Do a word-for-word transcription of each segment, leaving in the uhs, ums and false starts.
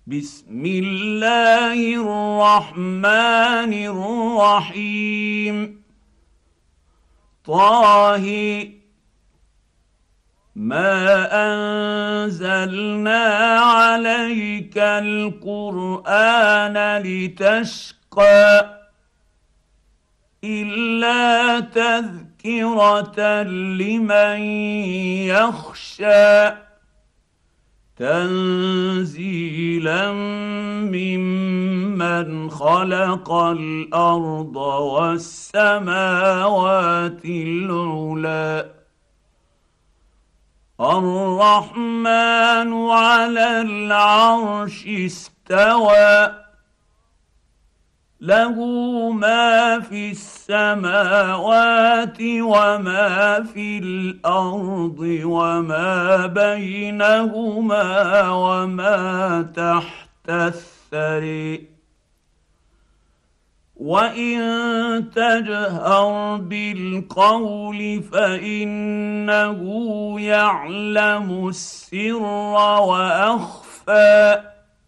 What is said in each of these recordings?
بسم الله الرحمن الرحيم. طه ما أنزلنا عليك القرآن لتشقى إلا تذكرة لمن يخشى تنزيلا ممن خلق الأرض والسماوات العلى الرحمن على العرش استوى له ما في السماوات وما في الارض وما بينهما وما تحت الثري وان تجهر بالقول فانه يعلم السر واخفى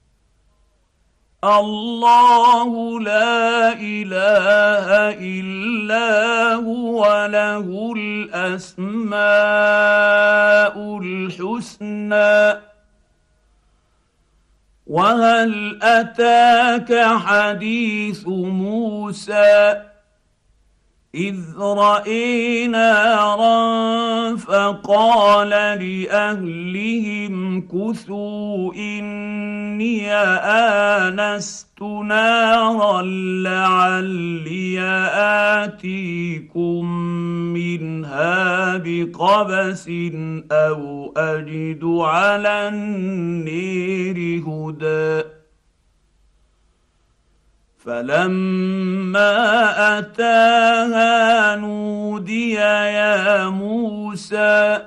الله لا اله الا هو له الاسماء الحسنى. وهل اتاك حديث موسى إذ رأي نارا فقال لأهلهم كثوا إني آنست نارا لعلي آتيكم منها بقبس أو أجد على النير هدى. فلما أتاها نودي يا موسى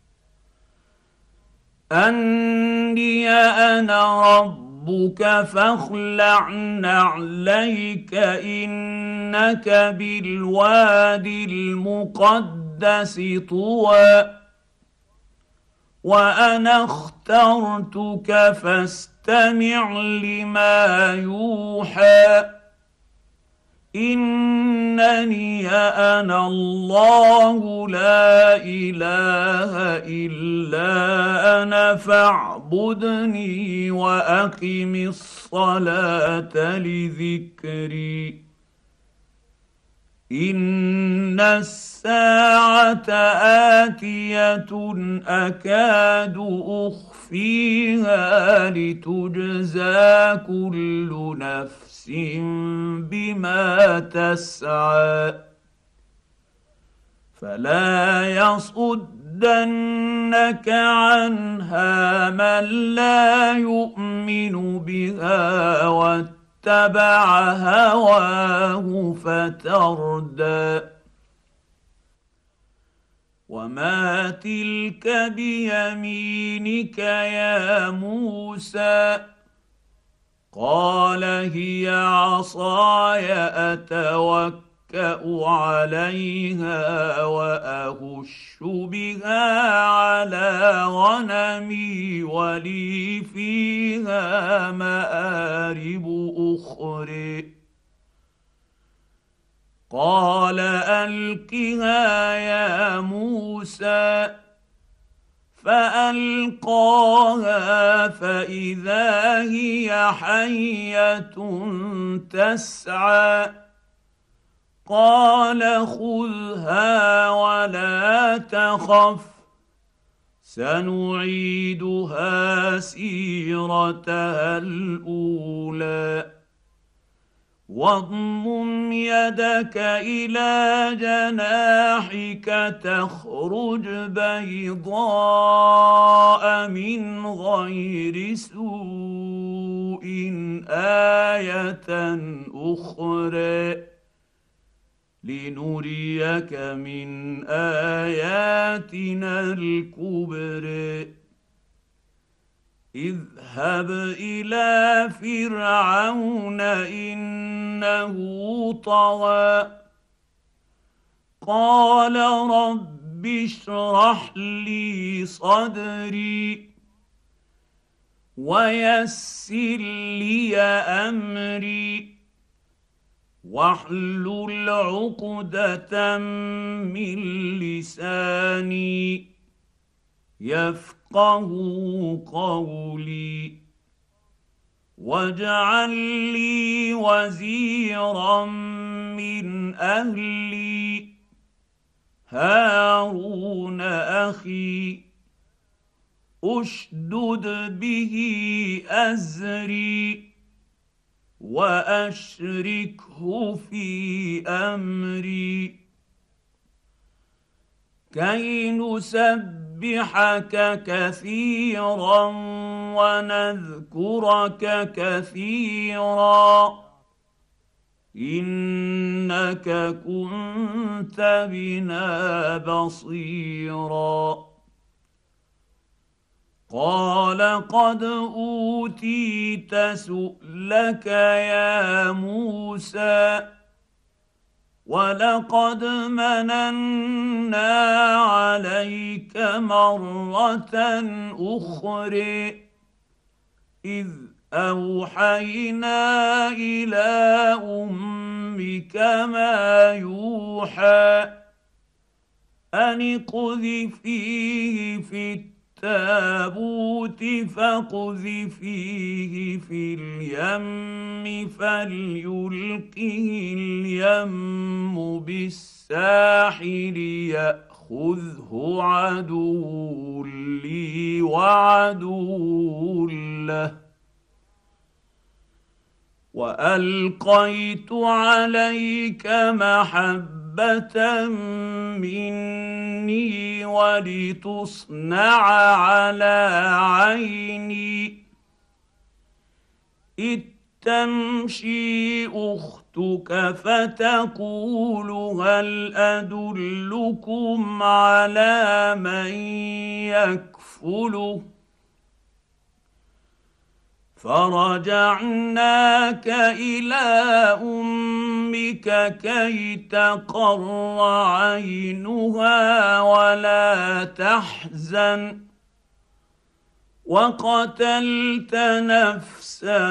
أني أنا ربك فاخلع نعليك إنك بالوادي المقدس طوى وأنا اخترتك فاستمع لما يوحى إنني أنا الله لا إله إلا أنا فاعبدني وأقم الصلاة لذكري. إن الساعة آتية أكاد أخفيها لتجزى كل نفس بما تسعى فلا يصدنك عنها من لا يؤمن بها واتبع هواه فتردى. وما تلك بيمينك يا موسى قال هي عصاي أتوكأ عليها وأهش بها على غنمي ولي فيها مآرب أخرى. قال ألقها يا موسى فألقاها فإذا هي حية تسعى. قال خذها ولا تخف سنعيدها سيرتها الأولى واضمم يدك إلى جناحك تخرج بيضاء من غير سوء آية أخرى لنريك من آياتنا الكبرى. اذهب إلى فرعون إنه طغى قال رب اشرح لي صدري ويسر لي امري واحلل عقدة من لساني يفقه قولي واجعل لي وزيرا من اهلي هارون اخي اشدد به ازري واشركه في امري كي نسبحك كثيرا ونذكرك كثيرا انك كنت بنا بصيرا قال قد اوتيت سؤلك يا موسى ولقد مننا عليك مره اخرى اذ اوحينا الى امك ما يوحى ان اقذفيه في التابوت فاقذفيه في اليم فليلقه اليم بالساحل ياخذه عدو لي وعدو له والقيت عليك محبه مني ولتصنع على عيني اذ تمشي اختك فتقول هل ادلكم على من يكفله فرجعناك الى امك كي تقر عينها ولا تحزن وقتلت نفسا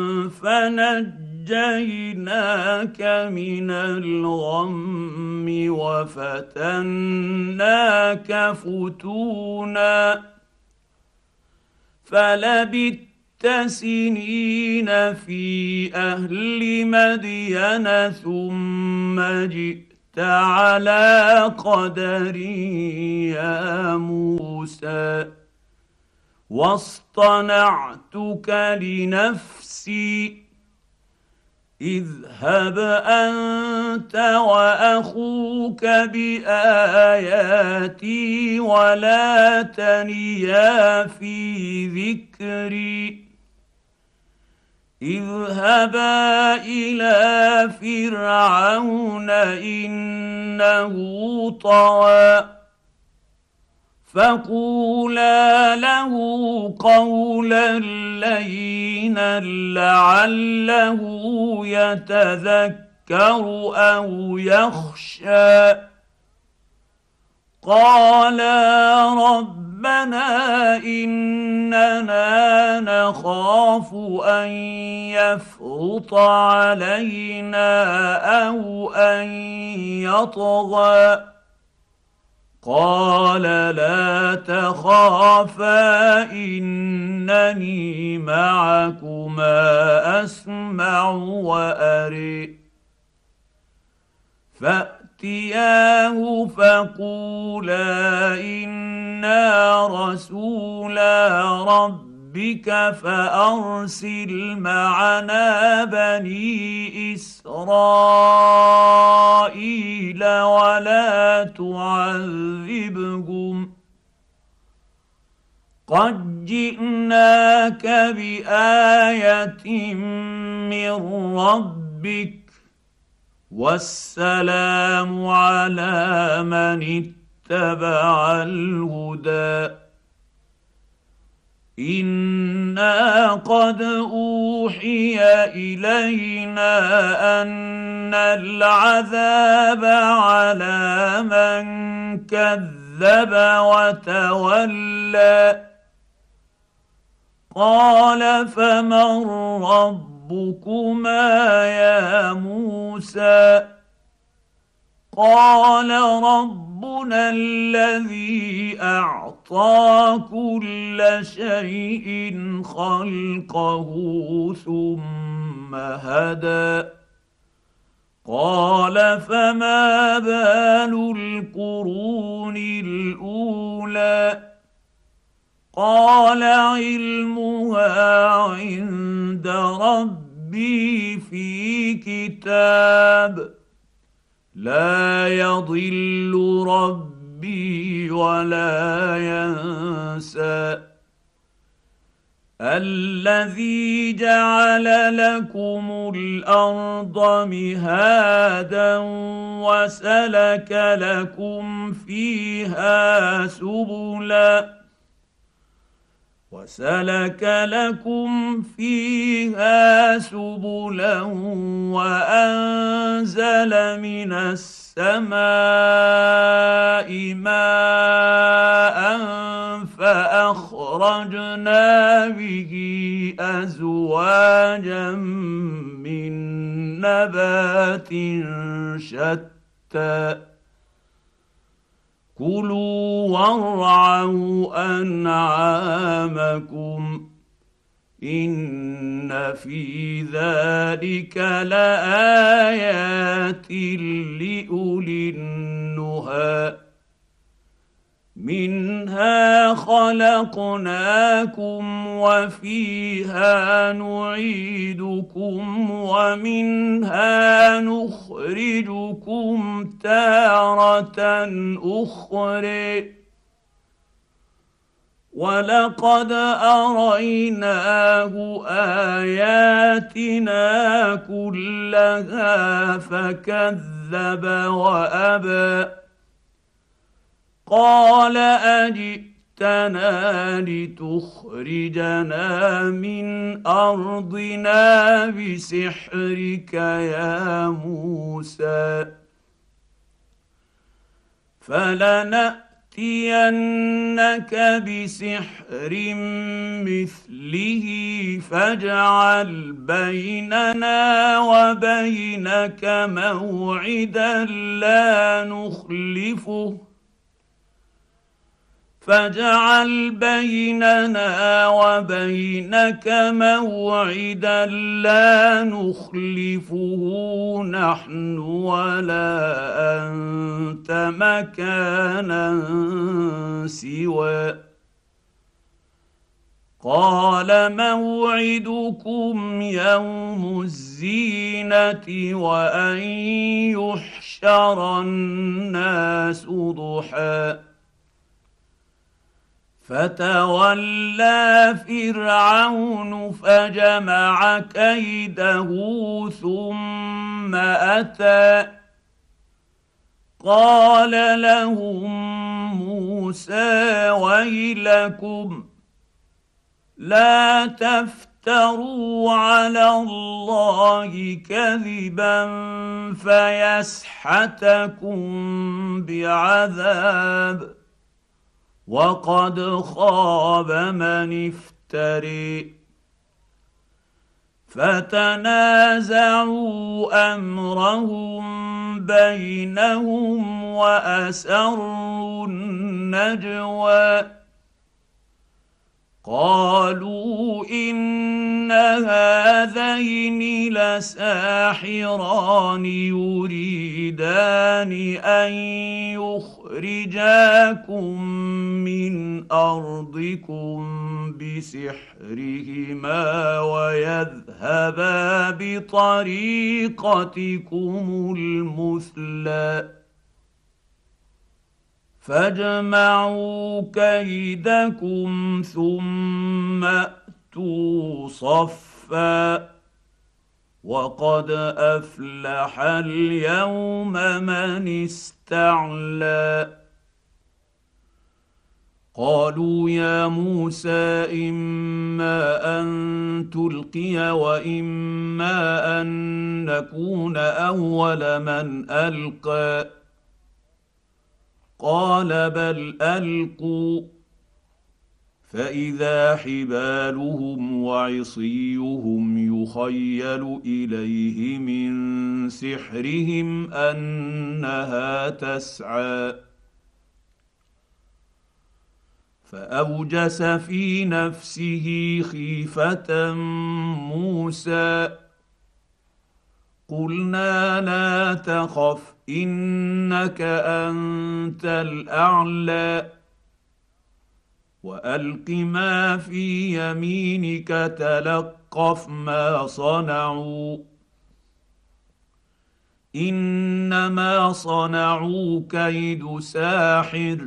فنجيناك من الغم وفتناك فتونا فلبثت سنين في اهل مدين ثم جئت على قدر يا موسى واصطنعتك لنفسي اذهب انت واخوك باياتي ولا تنيا في ذكري اذهبا الى فرعون انه طغى فقولا له قولا لينا لعله يتذكر او يخشى قالا ربنا اننا نخاف ان يفرط علينا او ان يطغى قال لا تخافا انني معكما اسمع واري فاتياه فقولا انا رسولا ربك فارسل معنا بني اسرائيل ولا تعذبهم قد جئناك بايه من ربك والسلام على من اتبع الهدى انا قد اوحي الينا ان العذاب على من كذب وتولى قال فمن ربكما يا موسى قال ربنا الذي اعطى كل شيء خلقه ثم هدى قال فما بال القرون الاولى قال علمها عند ربي في كتاب لا يضل ربي ولا ينسى الذي جعل لكم الارض مهادا وسلك لكم فيها سبلا وسلك لكم فيها سبلا وأنزل من السماء ماء فأخرجنا به أزواجا من نبات شتى كلوا وارعوا أنعامكم إن في ذلك لآيات لأولي النهى منها خلقناكم وفيها نعيدكم ومنها نخرجكم تارة أخرى ولقد أريناه آياتنا كلها فكذب وأبى قال أجئتنا لتخرجنا من أرضنا بسحرك يا موسى فلنأتينك بسحر مثله فاجعل بيننا وبينك موعدا لا نخلفه فاجعل بيننا وبينك موعدا لا نخلفه نحن ولا أنت مكانا سوى قال موعدكم يوم الزينة وأن يحشر الناس ضحى فتولى فرعون فجمع كيده ثم أتى قال لهم موسى ويلكم لا تفتروا على الله كذبا فيسحتكم بعذاب وقد خاب من افتري فتنازعوا امرهم بينهم واسروا النجوى قالوا ان هذين لساحران يريدان ان يخرجاكم من ارضكم بسحرهما ويذهبا بطريقتكم المثلى فاجمعوا كيدكم ثم ائتوا صفا وقد افلح اليوم من استعلى قالوا يا موسى اما ان تلقي واما ان نكون اول من القى قال بل القوا فاذا حبالهم وعصيهم يخيل اليه من سحرهم انها تسعى فاوجس في نفسه خيفه موسى قلنا لا تخف انك انت الاعلى والق ما في يمينك تلقف ما صنعوا انما صنعوا كيد ساحر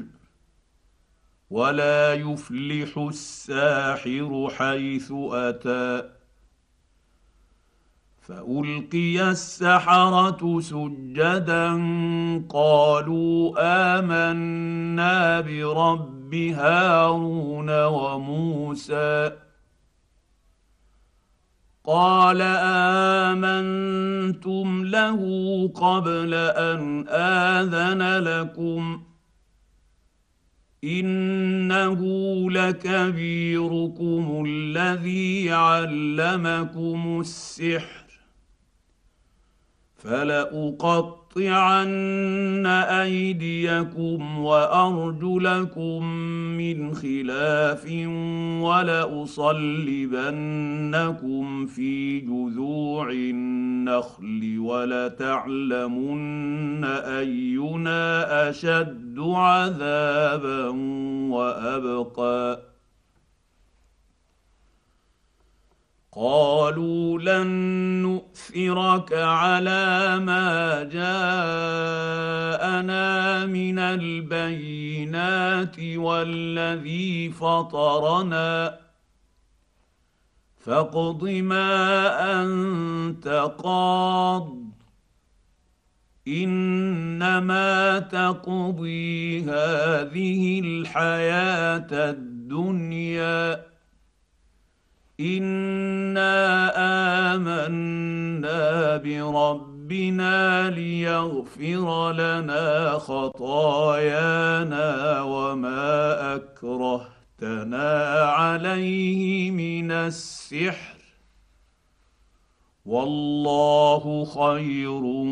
ولا يفلح الساحر حيث اتى فالقي السحره سجدا قالوا امنا برب هارون وموسى قال امنتم له قبل ان اذن لكم انه لكبيركم الذي علمكم السحر فلاقطعن ايديكم وارجلكم من خلاف ولاصلبنكم في جذوع النخل ولتعلمن اينا اشد عذابا وابقى قالوا لن نؤثرك على ما جاءنا من البينات والذي فطرنا فاقض ما انت قاض انما تقضي هذه الحياه الدنيا انا امنا بربنا ليغفر لنا خطايانا وما اكرهتنا عليه من السحر والله خير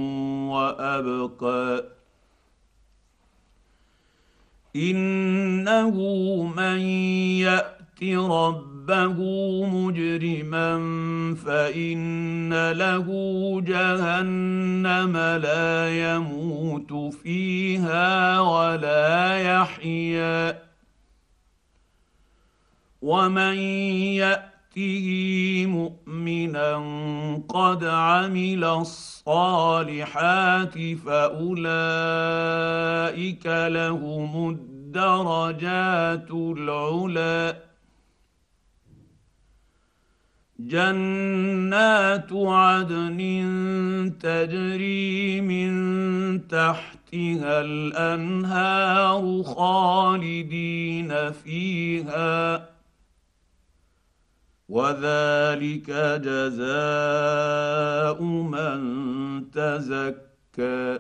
وابقى انه من يأت ربه مجرما فان له جهنم لا يموت فيها ولا يحيا ومن ياته مؤمنا قد عمل الصالحات فاولئك لهم الدرجات العلى جنات عدن تجري من تحتها الانهار خالدين فيها وذلك جزاء من تزكى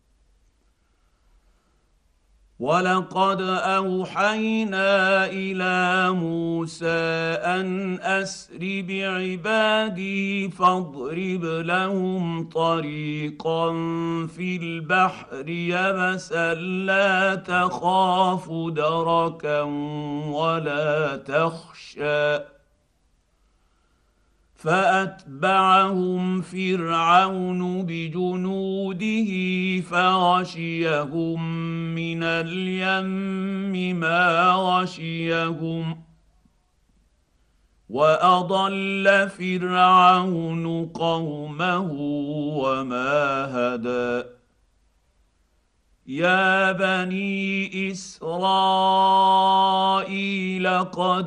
ولقد اوحينا الى موسى ان اسر بعبادي فاضرب لهم طريقا في البحر يبسا لا تخاف دركا ولا تخشى فاتبعهم فرعون بجنوده فغشيهم من اليم ما غشيهم واضل فرعون قومه وما هدى يا بني اسرائيل قد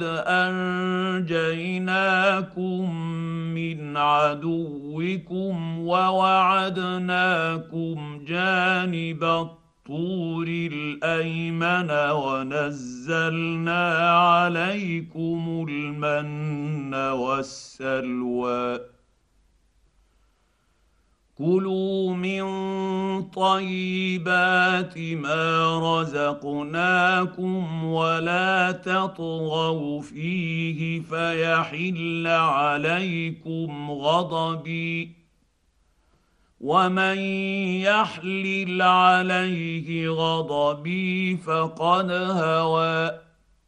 انجيناكم من عدوكم ووعدناكم جانب الطور الايمن ونزلنا عليكم المن والسلوى كلوا من طيبات ما رزقناكم ولا تطغوا فيه فيحل عليكم غضبي ومن يحلل عليه غضبي فقد هوى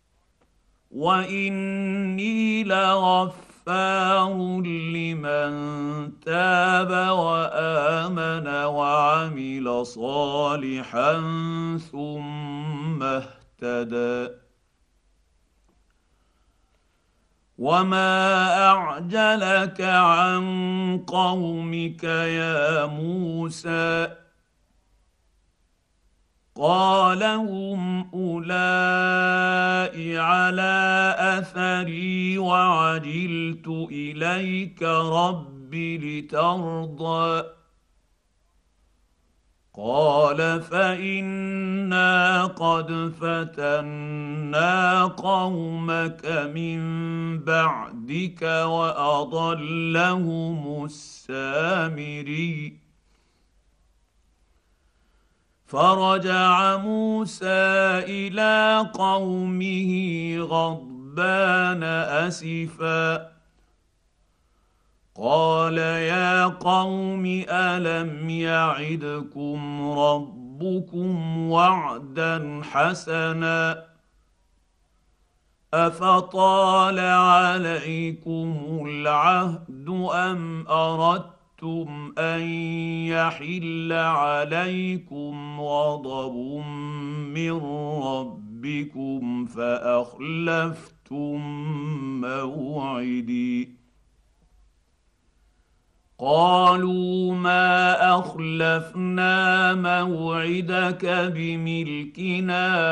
واني لغفار لمن تاب وامن وعمل صالحا ثم اهتدى وما اعجلك عن قومك يا موسى قال هم اولئك على اثري وعجلت اليك رب لترضى قال فانا قد فتنا قومك من بعدك واضلهم السامري فرجع موسى الى قومه غضبان اسفا قال يا قوم الم يعدكم ربكم وعدا حسنا افطال عليكم العهد ام اردتم ان يحل عليكم غضب من ربكم فاخلفتم موعدي قالوا ما اخلفنا موعدك بملكنا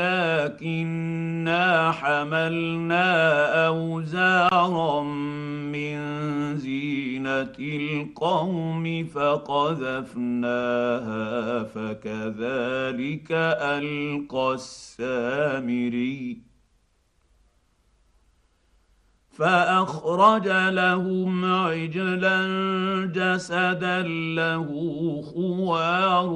ولكنا حملنا اوزارا من زينه القوم فقذفناها فكذلك القى السامري فاخرج لهم عجلا جسدا له خوار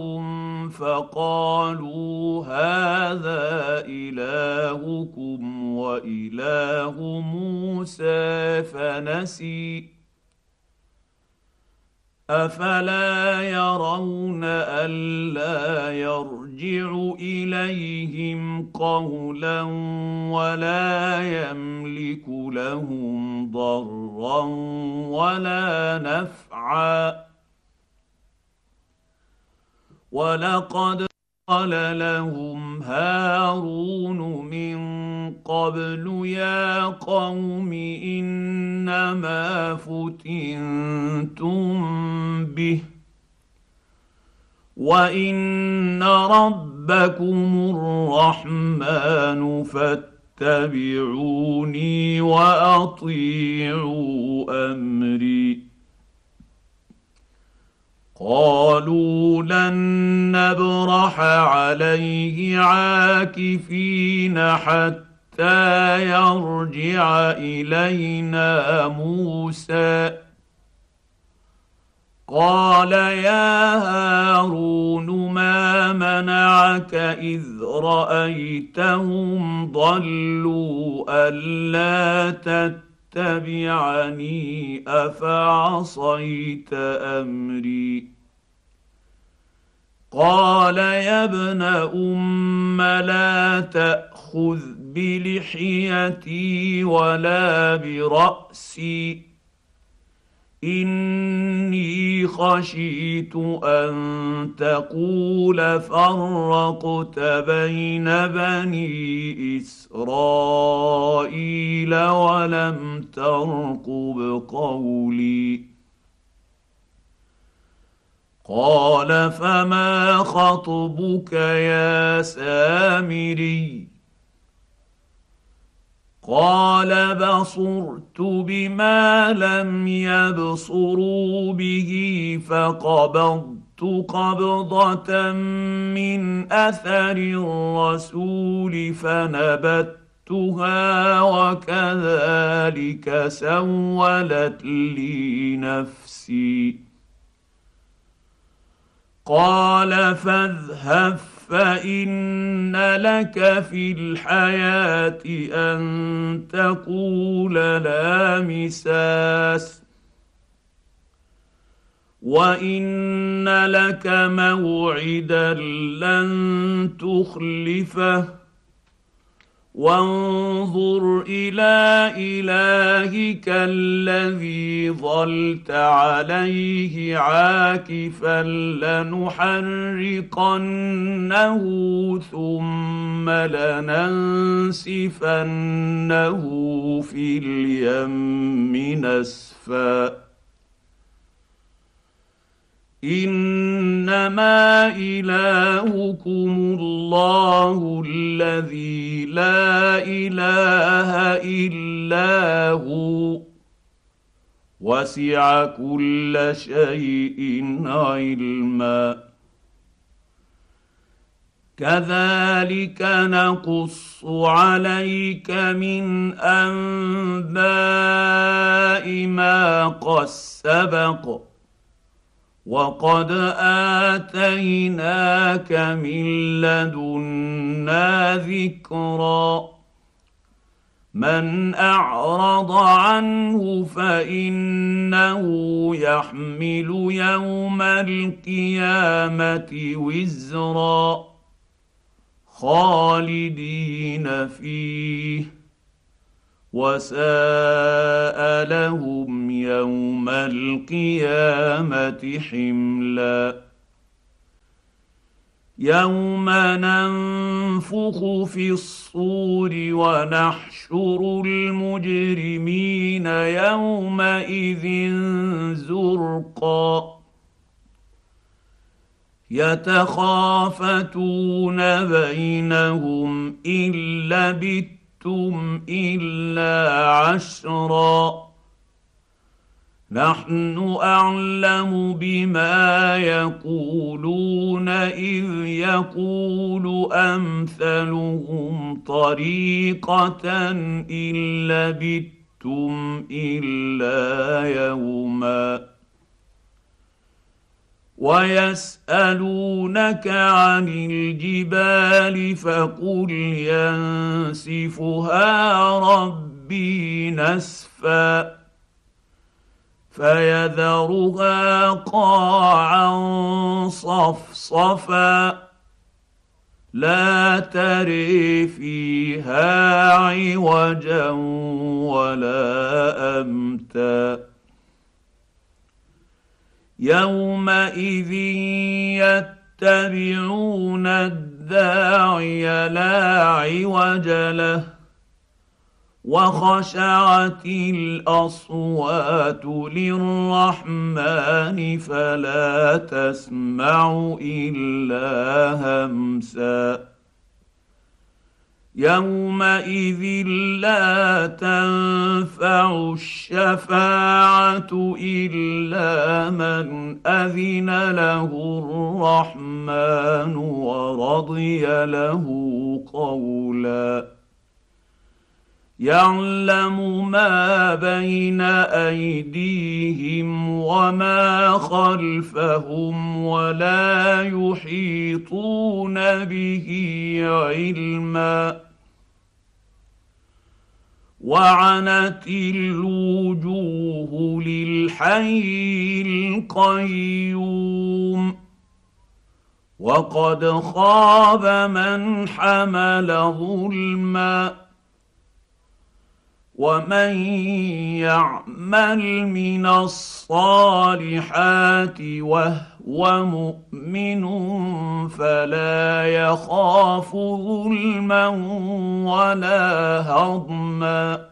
فقالوا هذا الهكم واله موسى فنسي افلا يرون الا يرجع اليهم قولا ولا يملك لهم ضرا ولا نفعا ولقد قال لهم هارون من قبل يا قوم انما فتنتم به وان ربكم الرحمن فاتبعوني واطيعوا امري قالوا لن نبرح عليه عاكفين حتى يرجع الينا موسى قال يا هارون ما منعك اذ رايتهم ضلوا الا تتبعني افعصيت امري قال يا ابن ام لا تاخذ بلحيتي ولا براسي اني خشيت ان تقول فرقت بين بني اسرائيل ولم ترقب قولي قال فما خطبك يا سامري قال بصرت بما لم يبصروا به فقبضت قبضة من اثر الرسول فنبذتها وكذلك سولت لي نفسي قال فاذهب فان لك في الحياه ان تقول لا مساس وان لك موعدا لن تخلفه وانظر الى الهك الذي ظلت عليه عاكفا لنحرقنه ثم لننسفنه في اليم نسفا انما الهكم الله الذي لا اله الا هو وسع كل شيء علما كذلك نقص عليك من انباء ما قد سبق وقد اتيناك من لدنا ذكرا من اعرض عنه فانه يحمل يوم القيامه وزرا خالدين فيه وساء لهم يوم القيامه حملا يوم ننفخ في الصور ونحشر المجرمين يومئذ زرقا يتخافتون بينهم ان لبثتم إلا عشرا نحن أعلم بما يقولون إذ يقول أمثلهم طريقة إن لبثتم إلا يوما ويسالونك عن الجبال فقل ينسفها ربي نسفا فيذرها قاعا صفصفا لا تري فيها عوجا ولا امتا يومئذ يتبعون الداعي لا عوج له وخشعت الاصوات للرحمن فلا تسمع الا همسا يومئذ لا تنفع الشفاعه الا من اذن له الرحمن ورضي له قولا يعلم ما بين ايديهم وما خلفهم ولا يحيطون به علما وعنت الوجوه للحي القيوم وقد خاب من حمل ظلما ومن يعمل من الصالحات وهو مؤمن فلا يخاف ظلما ولا هضما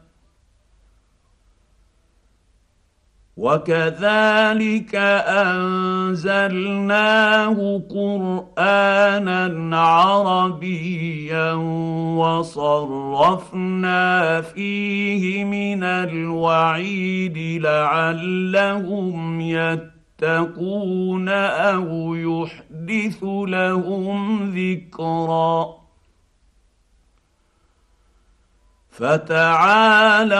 وكذلك انزلناه قرانا عربيا وصرفنا فيه من الوعيد لعلهم يتقون او يحدث لهم ذكرا فتعالى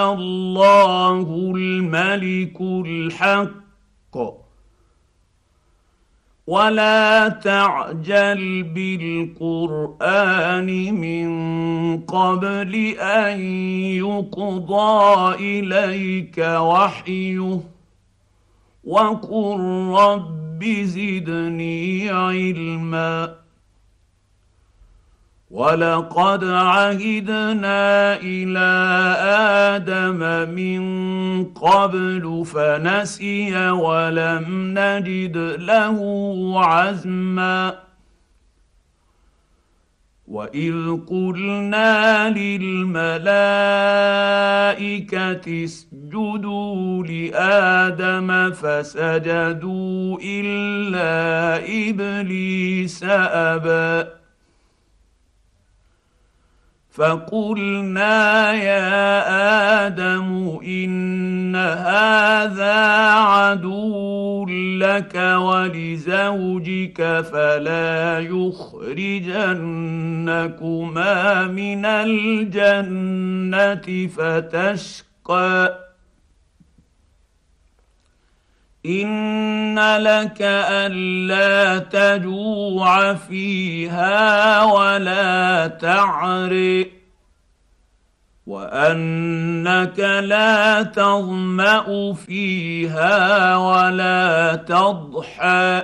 الله الملك الحق ولا تعجل بالقران من قبل ان يقضى اليك وحيه وقل رب زدني علما ولقد عهدنا الى ادم من قبل فنسي ولم نجد له عزما واذ قلنا للملائكه اسجدوا لادم فسجدوا الا ابليس ابى فقلنا يا ادم ان هذا عدو لك ولزوجك فلا يخرجنكما من الجنه فتشقى ان لك الا تجوع فيها ولا تعري وانك لا تظما فيها ولا تضحى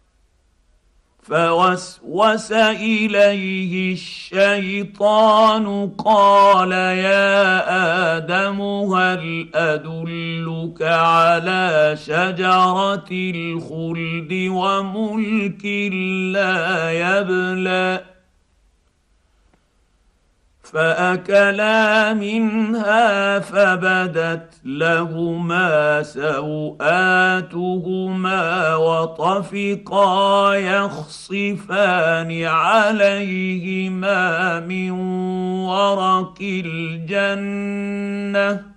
فوسوس اليه الشيطان قال يا ادم هل ادلك على شجره الخلد وملك لا يبلى فاكلا منها فبدت لهما سوآتهما وطفقا يخصفان عليهما من ورق الجنه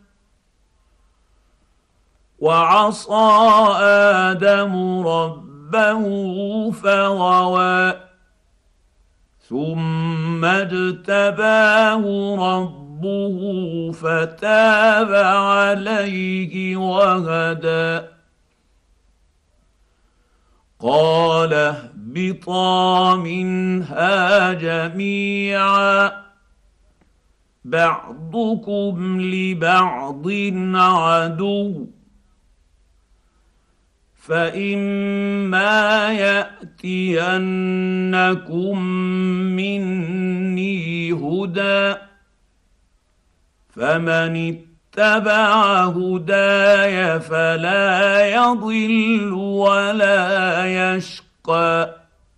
وعصى ادم ربه فغوى ثم اجتباه ربه فتاب عليه وهدى قال اهبطا منها جميعا بعضكم لبعض عدو فإما يأتينكم مني هدى فمن اتبع هداي فلا يضل ولا يشقى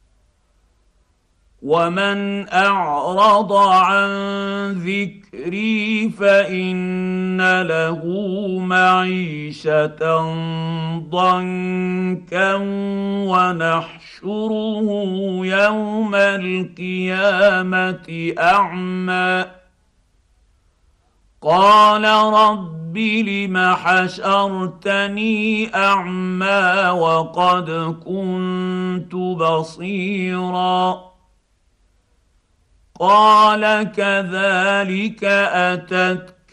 ومن اعرض عن ذكري فان له معيشه ضنكا ونحشره يوم القيامه اعمى قال رب لم حشرتني اعمى وقد كنت بصيرا قال كذلك اتتك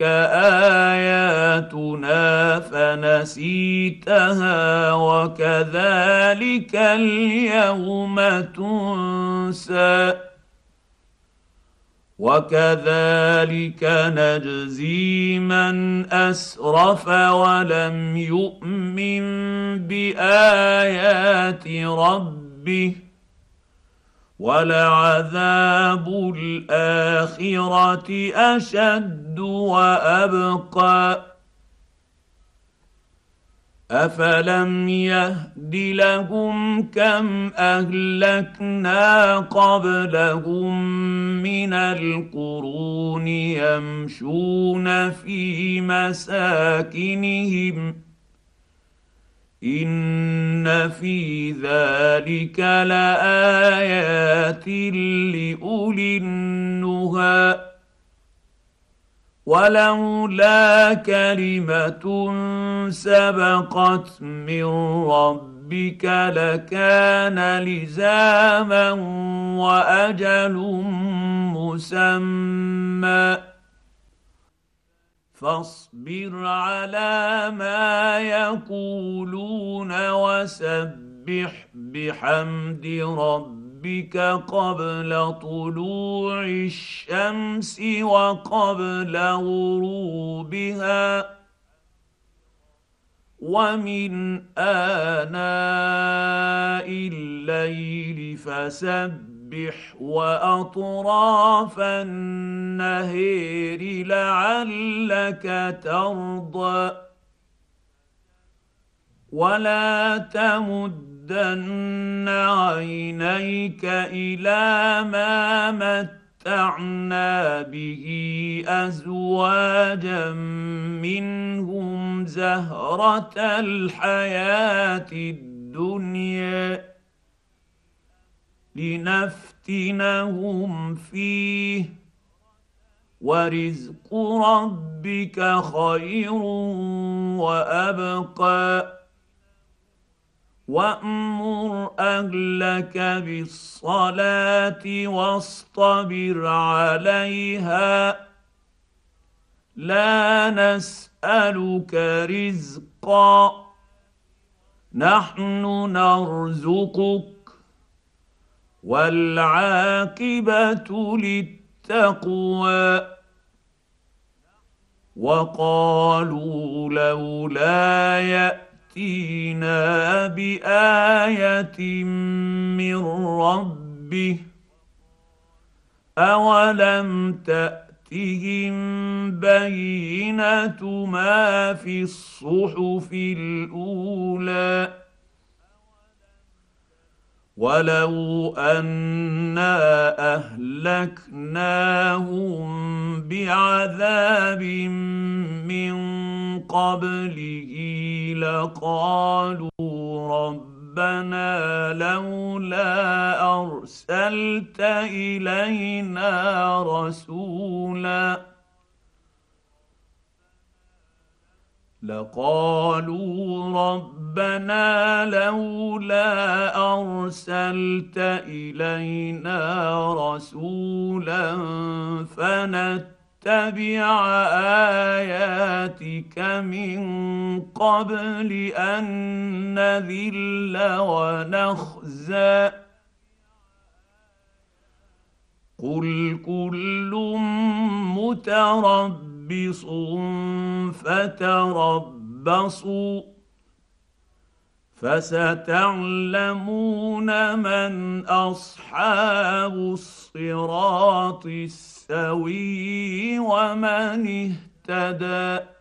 اياتنا فنسيتها وكذلك اليوم تنسى وكذلك نجزي من اسرف ولم يؤمن بايات ربه ولعذاب الاخره اشد وابقى افلم يهد لهم كم اهلكنا قبلهم من القرون يمشون في مساكنهم ان في ذلك لايات لاولي النهى ولولا كلمه سبقت من ربك لكان لزاما واجل مسمى فاصبر على ما يقولون وسبح بحمد ربك قبل طلوع الشمس وقبل غروبها ومن آناء الليل فسبح وأطراف النهير لعلك ترضى ولا تمدن عينيك إلى ما متعنا به أزواجا منهم زهرة الحياة الدنيا لنفتنهم فيه ورزق ربك خير وأبقى وأمر أهلك بالصلاة واصطبر عليها لا نسألك رزقا نحن نرزقك والعاقبة للتقوى وقالوا لولا يأتينا بآية من ربه أولم تأتهم بينة ما في الصحف الأولى ولو أنا أهلكناهم بعذاب من قبله لقالوا ربنا لولا أرسلت إلينا رسولا لقالوا ربنا لولا أرسلت إلينا رسولا فنتبع آياتك من قبل أن نذل ونخزى قل كل متربص فتربصوا فستعلمون من أصحاب الصراط السوي ومن اهتدى